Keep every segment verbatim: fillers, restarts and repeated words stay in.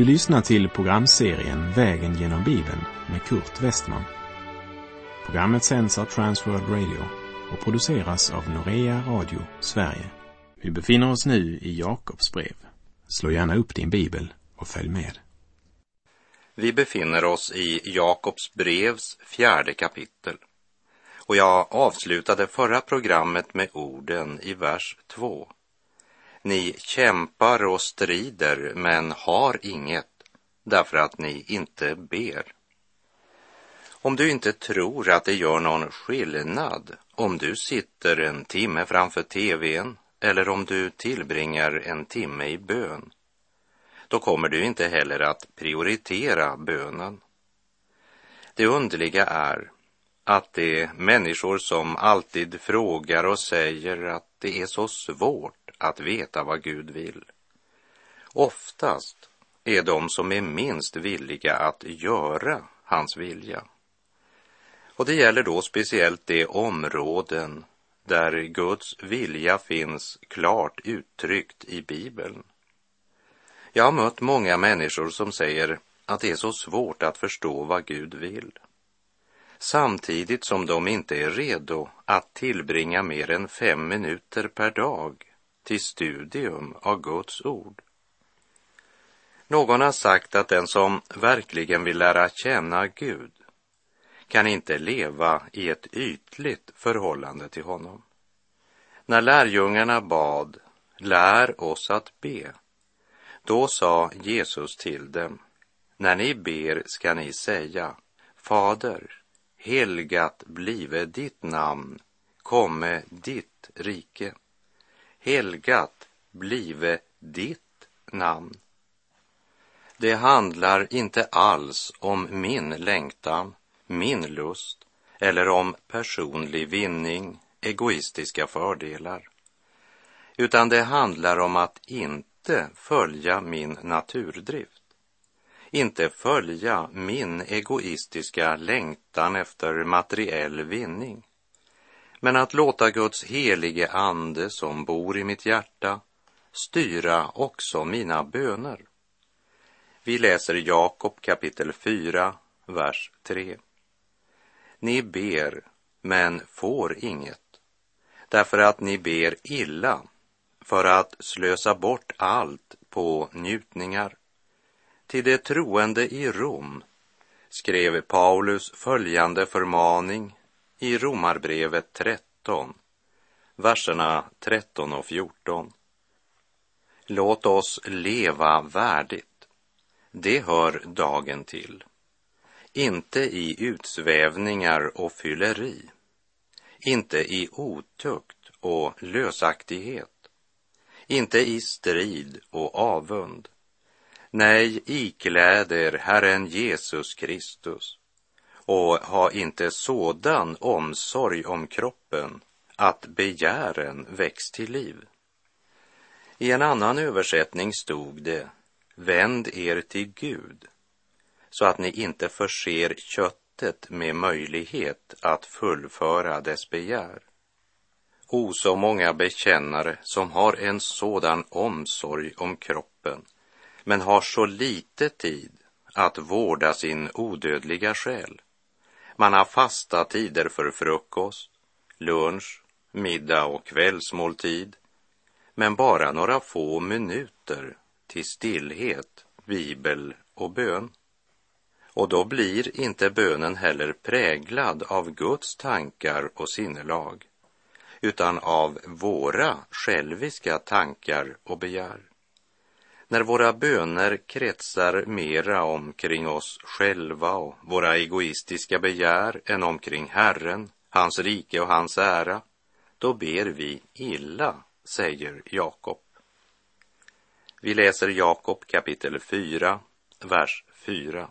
Du lyssnar till programserien Vägen genom Bibeln med Kurt Westman. Programmet sänds av Transworld Radio och produceras av Norea Radio Sverige. Vi befinner oss nu i Jakobs brev. Slå gärna upp din bibel och följ med. Vi befinner oss i Jakobs brevs fjärde kapitel. Och jag avslutade förra programmet med orden i vers två. Ni kämpar och strider men har inget, därför att ni inte ber. Om du inte tror att det gör någon skillnad om du sitter en timme framför tvn eller om du tillbringar en timme i bön, då kommer du inte heller att prioritera bönen. Det underliga är att de människor som alltid frågar och säger att det är så svårt att veta vad Gud vill, oftast är de som är minst villiga att göra hans vilja. Och det gäller då speciellt de områden där Guds vilja finns klart uttryckt i Bibeln. Jag har mött många människor som säger att det är så svårt att förstå vad Gud vill, samtidigt som de inte är redo att tillbringa mer än fem minuter per dag till studium av Guds ord. Någon har sagt att den som verkligen vill lära känna Gud kan inte leva i ett ytligt förhållande till honom. När lärjungarna bad, lär oss att be, då sa Jesus till dem, när ni ber ska ni säga, Fader, helgat blive ditt namn, komme ditt rike. Helgat blive ditt namn. Det handlar inte alls om min längtan, min lust eller om personlig vinning, egoistiska fördelar. Utan det handlar om att inte följa min naturdrift. Inte följa min egoistiska längtan efter materiell vinning. Men att låta Guds helige ande som bor i mitt hjärta styra också mina böner. Vi läser Jakob kapitel fyra, vers tre. Ni ber, men får inget, därför att ni ber illa, för att slösa bort allt på njutningar. Till de troende i Rom skrev Paulus följande förmaning i Romarbrevet tretton, verserna tretton och fjorton. Låt oss leva värdigt, det hör dagen till. Inte i utsvävningar och fylleri, inte i otukt och lösaktighet, inte i strid och avund. Nej, ikläd er Herren Jesus Kristus och ha inte sådan omsorg om kroppen att begären väcks till liv. I en annan översättning stod det, vänd er till Gud, så att ni inte förser köttet med möjlighet att fullföra dess begär. O, så många bekännare som har en sådan omsorg om kroppen, men har så lite tid att vårda sin odödliga själ. Man har fasta tider för frukost, lunch, middag och kvällsmåltid, men bara några få minuter till stillhet, bibel och bön. Och då blir inte bönen heller präglad av Guds tankar och sinnelag, utan av våra själviska tankar och begär. När våra böner kretsar mera omkring oss själva och våra egoistiska begär än omkring Herren, hans rike och hans ära, då ber vi illa, säger Jakob. Vi läser Jakob kapitel fyra, vers fyra.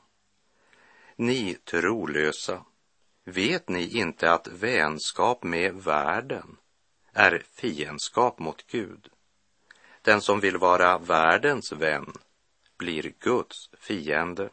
Ni trolösa, vet ni inte att vänskap med världen är fiendskap mot Gud? Den som vill vara världens vän blir Guds fiende.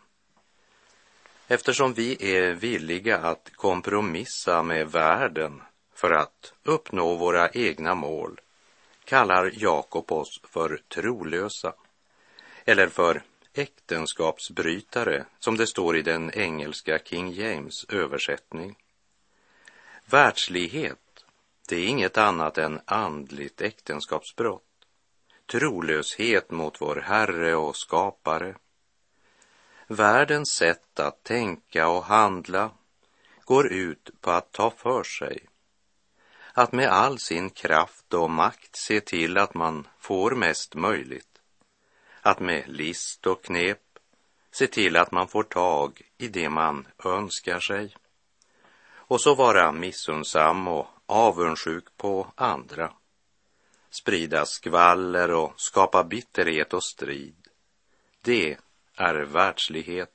Eftersom vi är villiga att kompromissa med världen för att uppnå våra egna mål, kallar Jakob oss för trolösa eller för äktenskapsbrytare, som det står i den engelska King James översättning. Världslighet, det är inget annat än andligt äktenskapsbrott. Trolöshet mot vår Herre och skapare. Världens sätt att tänka och handla går ut på att ta för sig. Att med all sin kraft och makt se till att man får mest möjligt. Att med list och knep se till att man får tag i det man önskar sig. Och så vara missunnsam och avundsjuk på andra. Sprida skvaller och skapa bitterhet och strid. Det är världslighet.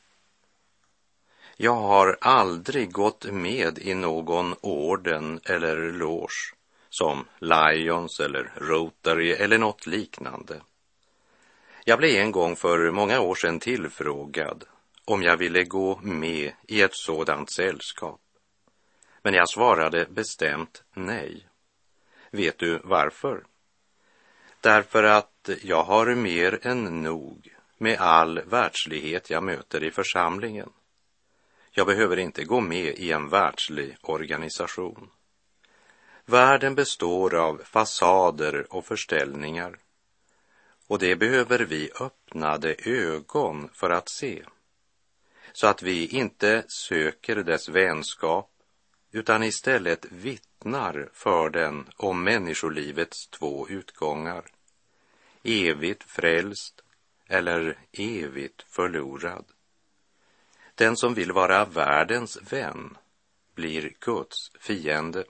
Jag har aldrig gått med i någon orden eller loge som Lions eller Rotary eller något liknande. Jag blev en gång för många år sedan tillfrågad om jag ville gå med i ett sådant sällskap. Men jag svarade bestämt nej. Vet du varför? Därför att jag har mer än nog med all världslighet jag möter i församlingen. Jag behöver inte gå med i en världslig organisation. Världen består av fasader och förställningar. Och det behöver vi öppnade ögon för att se. Så att vi inte söker dess vänskap, utan istället vittnar för den om människolivets två utgångar. Evigt frälst eller evigt förlorad. Den som vill vara världens vän blir Guds fiende.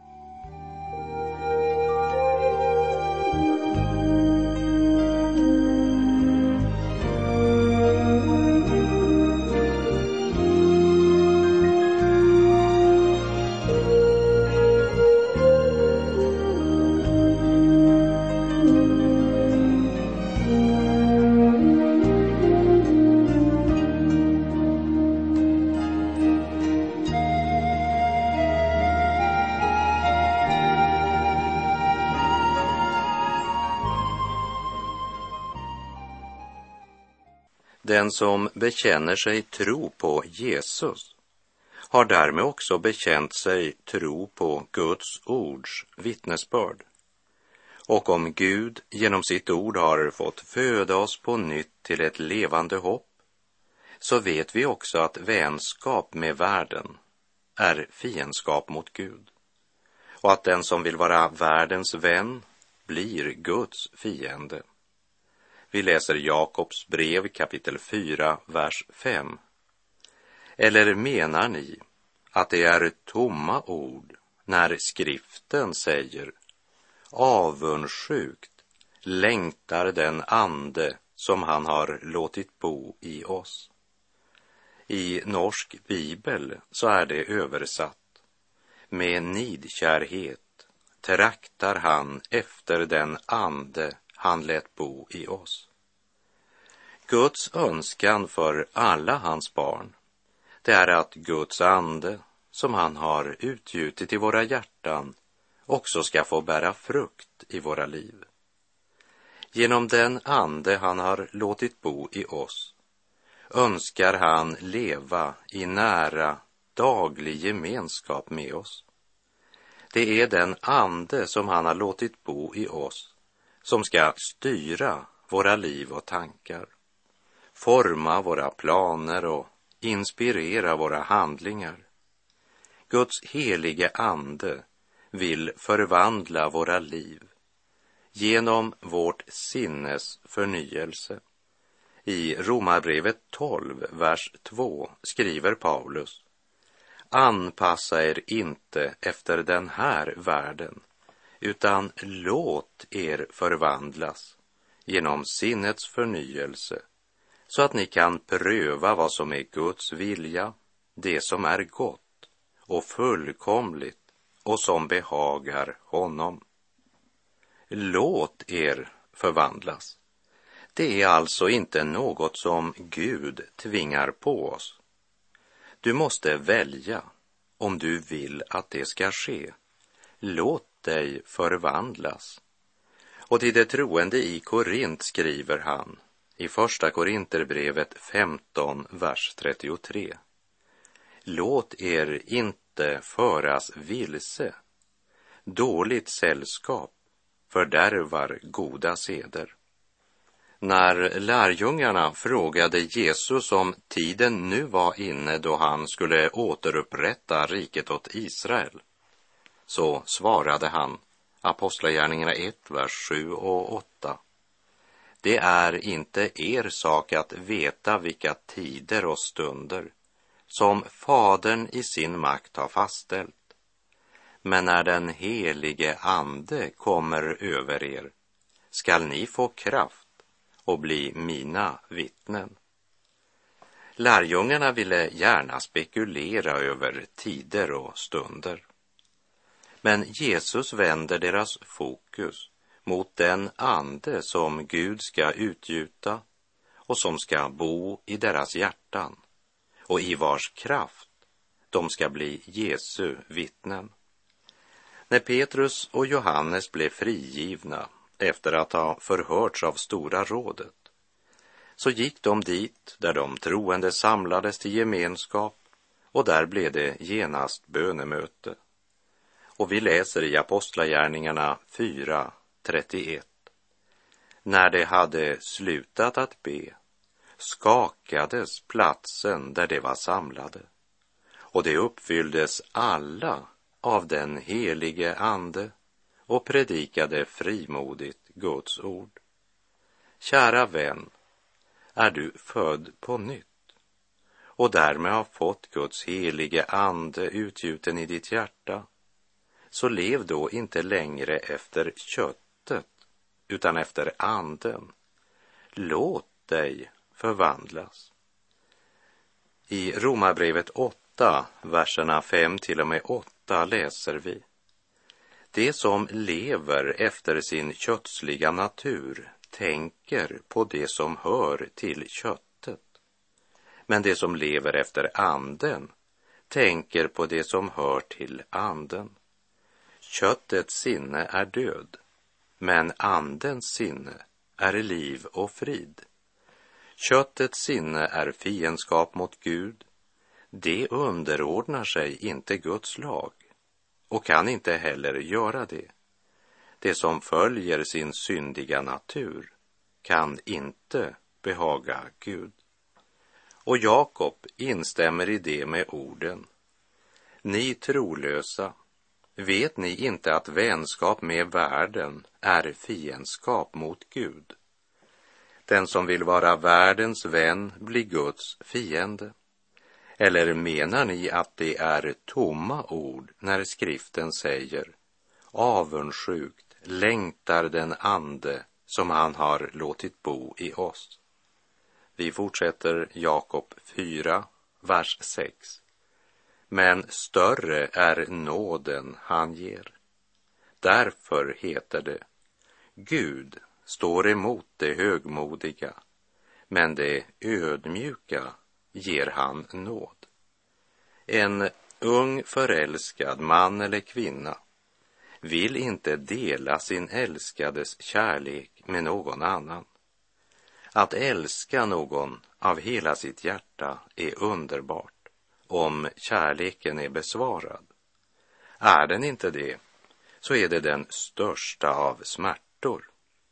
Den som bekänner sig tro på Jesus har därmed också bekänt sig tro på Guds ords vittnesbörd. Och om Gud genom sitt ord har fått föda oss på nytt till ett levande hopp, så vet vi också att vänskap med världen är fiendskap mot Gud. Och att den som vill vara världens vän blir Guds fiende. Vi läser Jakobs brev kapitel fyra, vers fem. Eller menar ni att det är tomma ord när skriften säger: avundsjukt längtar den ande som han har låtit bo i oss? I norsk bibel så är det översatt: med nidkärhet traktar han efter den ande han lät bo i oss. Guds önskan för alla hans barn, det är att Guds ande, som han har utgjutit i våra hjärtan, också ska få bära frukt i våra liv. Genom den ande han har låtit bo i oss önskar han leva i nära, daglig gemenskap med oss. Det är den ande som han har låtit bo i oss som ska styra våra liv och tankar, forma våra planer och inspirera våra handlingar. Guds helige ande vill förvandla våra liv genom vårt sinnes förnyelse. I Romarbrevet tolv, vers två skriver Paulus: anpassa er inte efter den här världen, utan låt er förvandlas genom sinnets förnyelse, så att ni kan pröva vad som är Guds vilja, det som är gott och fullkomligt och som behagar honom. Låt er förvandlas. Det är alltså inte något som Gud tvingar på oss. Du måste välja om du vill att det ska ske. Låt dig förvandlas. Och till det troende i Korint skriver han i första Korinterbrevet femton, vers trettiotre. Låt er inte föras vilse. Dåligt sällskap fördärvar goda seder. När lärjungarna frågade Jesus om tiden nu var inne då han skulle återupprätta riket åt Israel, så svarade han, Apostlagärningarna ett, vers sju och åtta. Det är inte er sak att veta vilka tider och stunder som Fadern i sin makt har fastställt. Men när den helige ande kommer över er skall ni få kraft och bli mina vittnen. Lärjungarna ville gärna spekulera över tider och stunder. Men Jesus vänder deras fokus mot den ande som Gud ska utgjuta och som ska bo i deras hjärtan och i vars kraft de ska bli Jesu vittnen. När Petrus och Johannes blev frigivna efter att ha förhörts av Stora rådet, så gick de dit där de troende samlades till gemenskap, och där blev det genast bönemöte. Och vi läser i Apostlagärningarna fyra, trettioett. När de hade slutat att be skakades platsen där de var samlade, och det uppfylldes alla av den helige ande och predikade frimodigt Guds ord. Kära vän, är du född på nytt och därmed har fått Guds helige ande utgjuten i ditt hjärta, så lev då inte längre efter köttet utan efter anden. Låt dig förvandlas. I Romarbrevet åtta, verserna fem till och med åtta läser vi: det som lever efter sin kötsliga natur tänker på det som hör till köttet, men det som lever efter anden tänker på det som hör till anden. Köttets sinne är död, men andens sinne är liv och frid. Köttets sinne är fiendskap mot Gud. Det underordnar sig inte Guds lag och kan inte heller göra det. Det som följer sin syndiga natur kan inte behaga Gud. Och Jakob instämmer i det med orden: ni trolösa, vet ni inte att vänskap med världen är fiendskap mot Gud? Den som vill vara världens vän blir Guds fiende. Eller menar ni att det är tomma ord när skriften säger: avundsjukt längtar den ande som han har låtit bo i oss? Vi fortsätter Jakob fyra, vers sex. Men större är nåden han ger. Därför heter det: Gud står emot det högmodiga, men det ödmjuka ger han nåd. En ung förälskad man eller kvinna vill inte dela sin älskades kärlek med någon annan. Att älska någon av hela sitt hjärta är underbart, om kärleken är besvarad. Är den inte det, så är det den största av smärtor.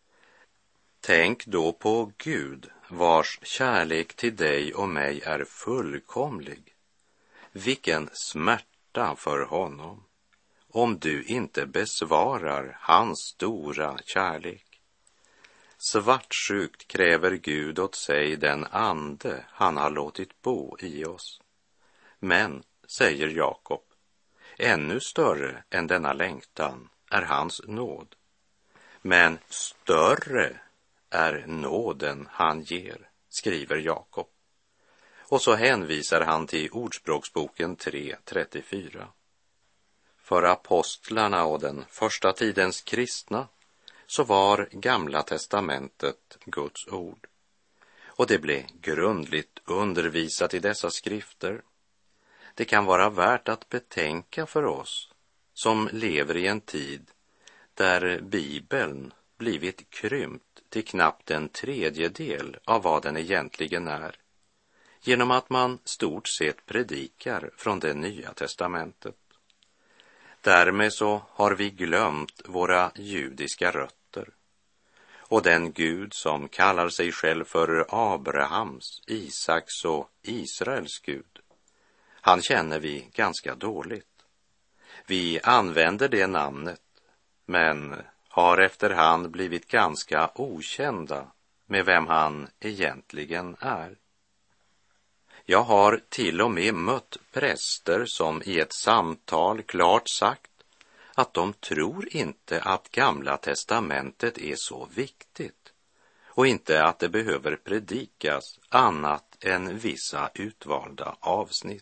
Tänk då på Gud, vars kärlek till dig och mig är fullkomlig. Vilken smärta för honom, om du inte besvarar hans stora kärlek. Svartsjukt kräver Gud åt sig den ande han har låtit bo i oss. Men, säger Jakob, ännu större än denna längtan är hans nåd. Men större är nåden han ger, skriver Jakob. Och så hänvisar han till Ordspråksboken tre, trettiofyra. För apostlarna och den första tidens kristna så var Gamla testamentet Guds ord. Och det blev grundligt undervisat i dessa skrifter. Det kan vara värt att betänka för oss som lever i en tid där Bibeln blivit krympt till knappt en tredjedel av vad den egentligen är, genom att man stort sett predikar från det nya testamentet. Därmed så har vi glömt våra judiska rötter, och den Gud som kallar sig själv för Abrahams, Isaks och Israels Gud, han känner vi ganska dåligt. Vi använder det namnet, men har efterhand blivit ganska okända med vem han egentligen är. Jag har till och med mött präster som i ett samtal klart sagt att de tror inte att Gamla testamentet är så viktigt och inte att det behöver predikas annat än vissa utvalda avsnitt.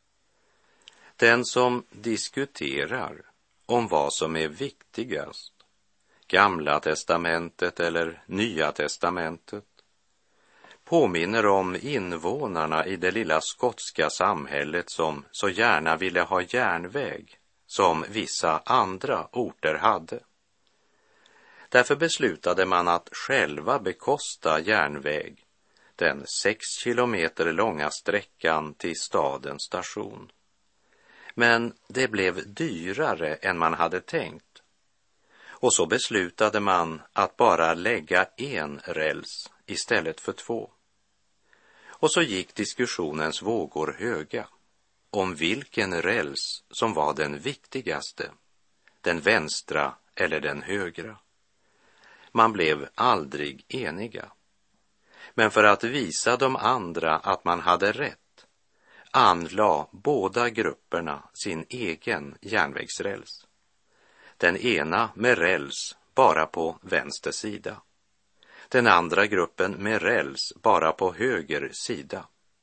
Den som diskuterar om vad som är viktigast, Gamla testamentet eller Nya testamentet, påminner om invånarna i det lilla skotska samhället som så gärna ville ha järnväg som vissa andra orter hade. Därför beslutade man att själva bekosta järnväg, den sex kilometer långa sträckan till stadens station. Men det blev dyrare än man hade tänkt. Och så beslutade man att bara lägga en räls istället för två. Och så gick diskussionens vågor höga om vilken räls som var den viktigaste, den vänstra eller den högra. Man blev aldrig eniga. Men för att visa de andra att man hade rätt, anlade båda grupperna sin egen järnvägsräls. Den ena med räls bara på vänster sida. Den andra gruppen med räls bara på höger sida.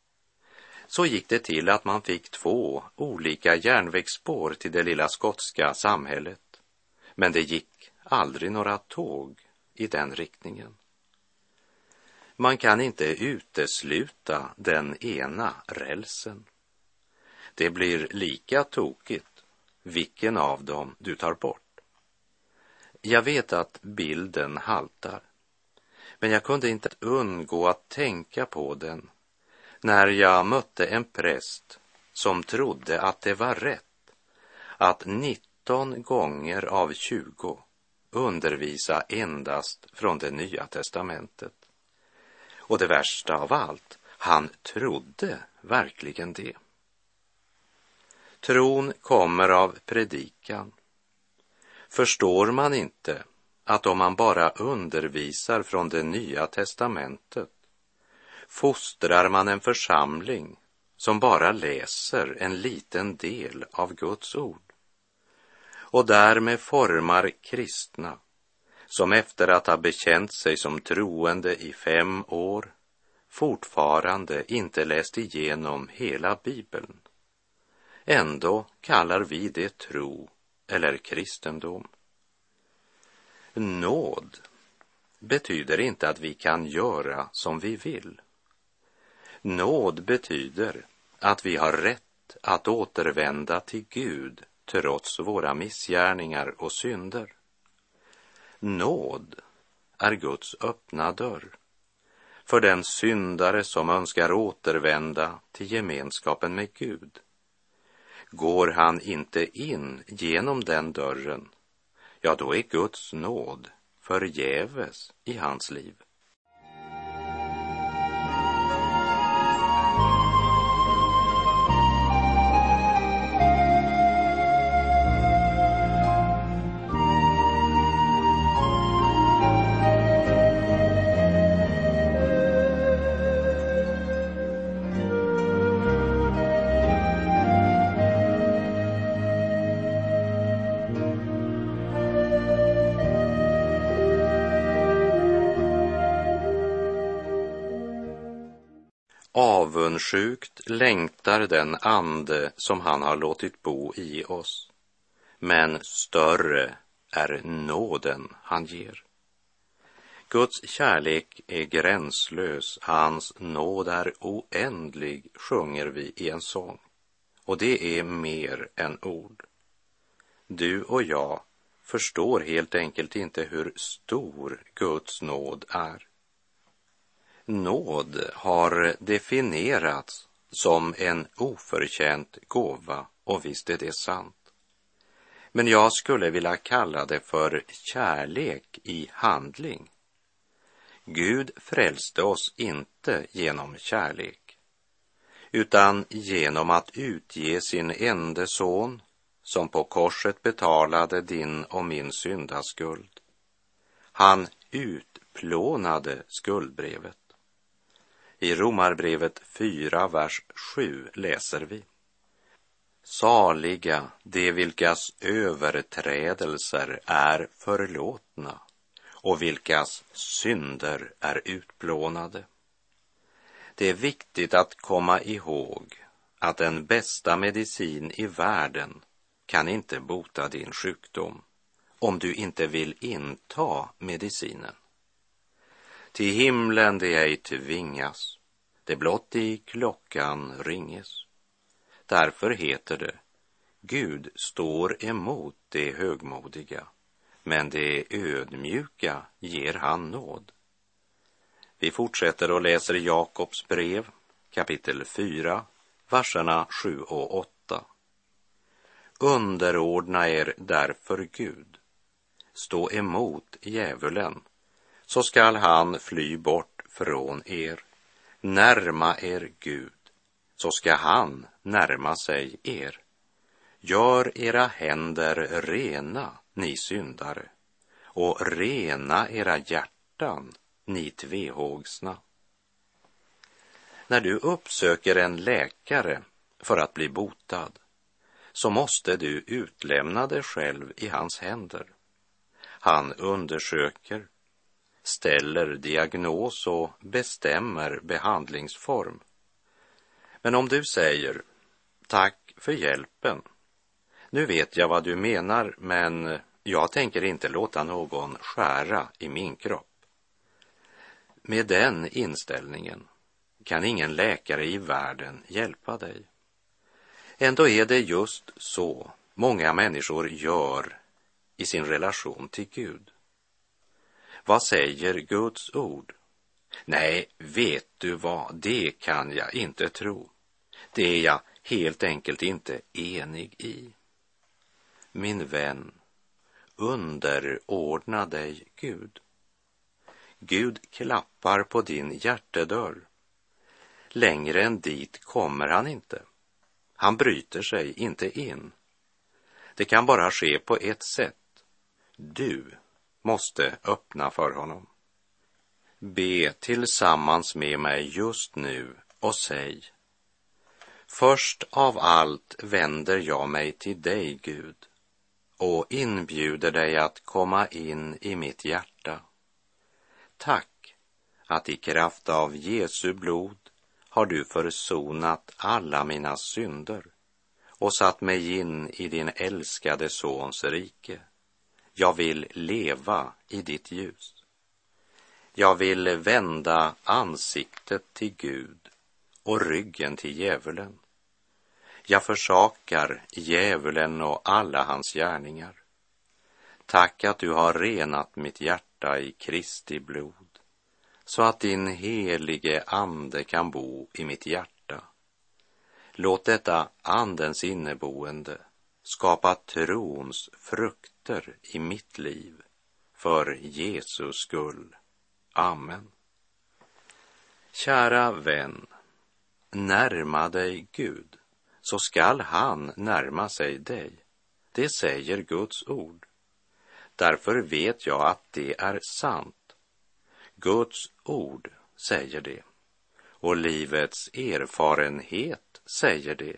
Så gick det till att man fick två olika järnvägsspår till det lilla skotska samhället. Men det gick aldrig några tåg i den riktningen. Man kan inte utesluta den ena rälsen. Det blir lika tokigt vilken av dem du tar bort. Jag vet att bilden haltar, men jag kunde inte undgå att tänka på den när jag mötte en präst som trodde att det var rätt att nitton gånger av tjugo undervisa endast från det nya testamentet. Och det värsta av allt, han trodde verkligen det. Tron kommer av predikan. Förstår man inte att om man bara undervisar från det nya testamentet, fostrar man en församling som bara läser en liten del av Guds ord, och därmed formar kristna som efter att ha bekänt sig som troende i fem år fortfarande inte läst igenom hela Bibeln. Ändå kallar vi det tro eller kristendom. Nåd betyder inte att vi kan göra som vi vill. Nåd betyder att vi har rätt att återvända till Gud trots våra missgärningar och synder. Nåd är Guds öppna dörr för den syndare som önskar återvända till gemenskapen med Gud. Går han inte in genom den dörren, ja, då är Guds nåd förgäves i hans liv. Avundsjukt längtar den ande som han har låtit bo i oss, men större är nåden han ger. Guds kärlek är gränslös, hans nåd är oändlig, sjunger vi i en sång, och det är mer än ord. Du och jag förstår helt enkelt inte hur stor Guds nåd är. Nåd har definierats som en oförtjänt gåva, och visst är det sant. Men jag skulle vilja kalla det för kärlek i handling. Gud frälste oss inte genom kärlek, utan genom att utge sin ende son, som på korset betalade din och min syndaskuld. Han utplånade skuldbrevet. I Romarbrevet fyra, vers sju läser vi: Saliga de vilkas överträdelser är förlåtna och vilkas synder är utplånade. Det är viktigt att komma ihåg att den bästa medicin i världen kan inte bota din sjukdom om du inte vill inta medicinen. Till himlen det ej tvingas, det blott i klockan ringes. Därför heter det: Gud står emot det högmodiga, men det ödmjuka ger han nåd. Vi fortsätter och läser Jakobs brev, kapitel fyra, verserna sju och åtta. Underordna er därför Gud, stå emot djävulen, så skall han fly bort från er. Närma er Gud, så ska han närma sig er. Gör era händer rena, ni syndare, och rena era hjärtan, ni tvehågsna. När du uppsöker en läkare för att bli botad, så måste du utlämna dig själv i hans händer. Han undersöker, ställer diagnos och bestämmer behandlingsform. Men om du säger: tack för hjälpen, nu vet jag vad du menar, men jag tänker inte låta någon skära i min kropp. Med den inställningen kan ingen läkare i världen hjälpa dig. Ändå är det just så många människor gör i sin relation till Gud. Vad säger Guds ord? Nej, vet du vad, det kan jag inte tro. Det är jag helt enkelt inte enig i. Min vän, underordna dig Gud. Gud klappar på din hjärtedörr. Längre än dit kommer han inte. Han bryter sig inte in. Det kan bara ske på ett sätt. Du måste öppna för honom. Be tillsammans med mig just nu och säg: först av allt vänder jag mig till dig, Gud, och inbjuder dig att komma in i mitt hjärta. Tack att i kraft av Jesu blod har du försonat alla mina synder och satt mig in i din älskade sons rike. Jag vill leva i ditt ljus. Jag vill vända ansiktet till Gud och ryggen till djävulen. Jag försakar djävulen och alla hans gärningar. Tack att du har renat mitt hjärta i Kristi blod, så att din helige ande kan bo i mitt hjärta. Låt detta andens inneboende skapa trons frukter i mitt liv, för Jesus skull. Amen. Kära vän, närma dig Gud, så skall han närma sig dig. Det säger Guds ord. Därför vet jag att det är sant. Guds ord säger det, och livets erfarenhet säger det.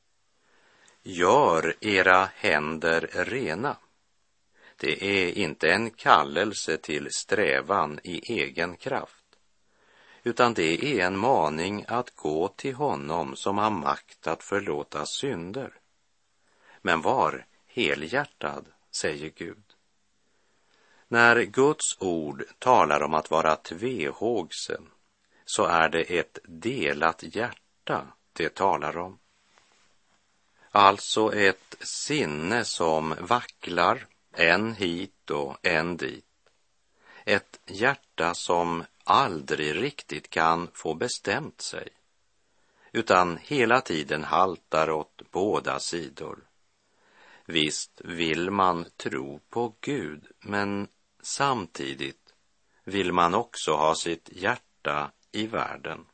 Gör era händer rena. Det är inte en kallelse till strävan i egen kraft, utan det är en maning att gå till honom som har makt att förlåta synder. Men var helhjärtad, säger Gud. När Guds ord talar om att vara tvehågsen, så är det ett delat hjärta det talar om. Alltså ett sinne som vacklar en hit och en dit. Ett hjärta som aldrig riktigt kan få bestämt sig, utan hela tiden haltar åt båda sidor. Visst vill man tro på Gud, men samtidigt vill man också ha sitt hjärta i världen.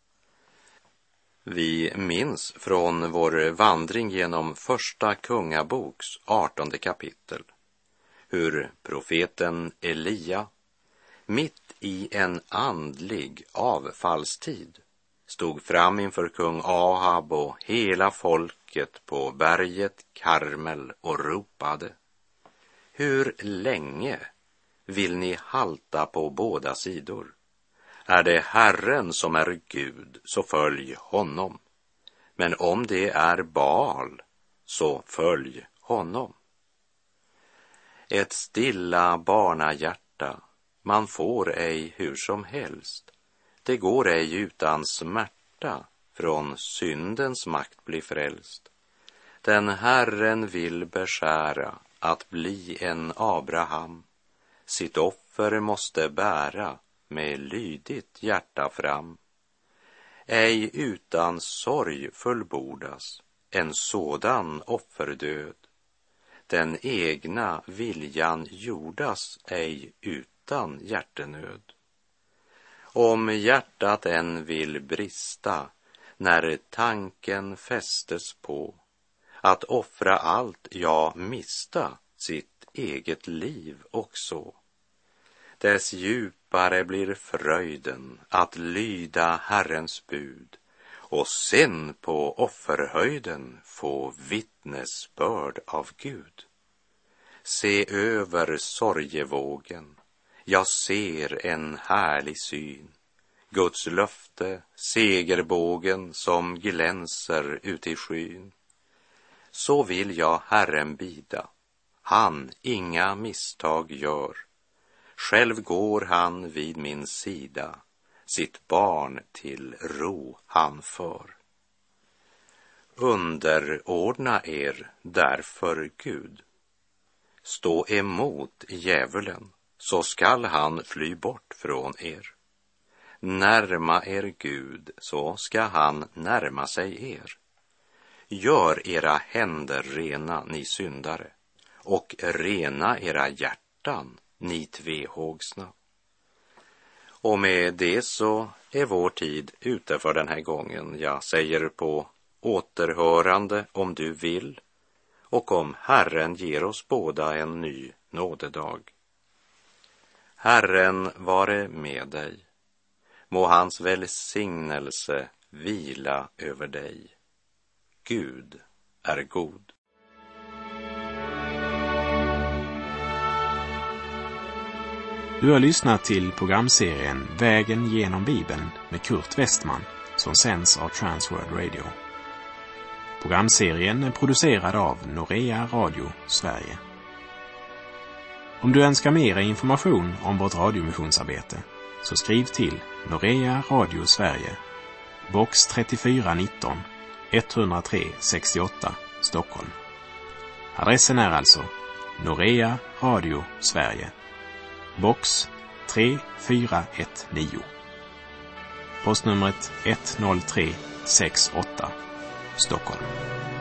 Vi minns från vår vandring genom första kungaboks artonde kapitel hur profeten Elia mitt i en andlig avfallstid stod fram inför kung Ahab och hela folket på berget Karmel och ropade: hur länge vill ni halta på båda sidor? Är det Herren som är Gud, så följ honom. Men om det är Baal, så följ honom. Ett stilla barnahjärta man får ej hur som helst. Det går ej utan smärta från syndens makt bli frälst. Den Herren vill beskära att bli en Abraham. Sitt offer måste bära med lydigt hjärta fram. Ej utan sorg fullbordas en sådan offerdöd. Den egna viljan jordas ej utan hjärtenöd. Om hjärtat än vill brista när tanken fästes på att offra allt, ja, mista sitt eget liv också, dess djupare blir fröjden att lyda Herrens bud och sen på offerhöjden få vittnesbörd av Gud. Se över sorgevågen, jag ser en härlig syn, Guds löfte, segerbågen som glänser ut i skyn. Så vill jag Herren bida, han inga misstag gör. Själv går han vid min sida, sitt barn till ro han för. Underordna er därför Gud. Stå emot djävulen, så skall han fly bort från er. Närma er Gud, så ska han närma sig er. Gör era händer rena, ni syndare, och rena era hjärtan, ni tvehågsna. Och med det så är vår tid ute för den här gången. Jag säger på återhörande om du vill, och om Herren ger oss båda en ny nådedag. Herren vare med dig. Må hans välsignelse vila över dig. Gud är god. Du har lyssnat till programserien Vägen genom Bibeln med Kurt Westman som sänds av Transworld Radio. Programserien är producerad av Norea Radio Sverige. Om du önskar mer information om vårt radiomissionsarbete så skriv till Norea Radio Sverige, box trettiofyra nitton, etthundratre sextioåtta, Stockholm. Adressen är alltså Norea Radio Sverige, box tre fyra ett nio. Postnumret ett noll tre sex åtta, Stockholm.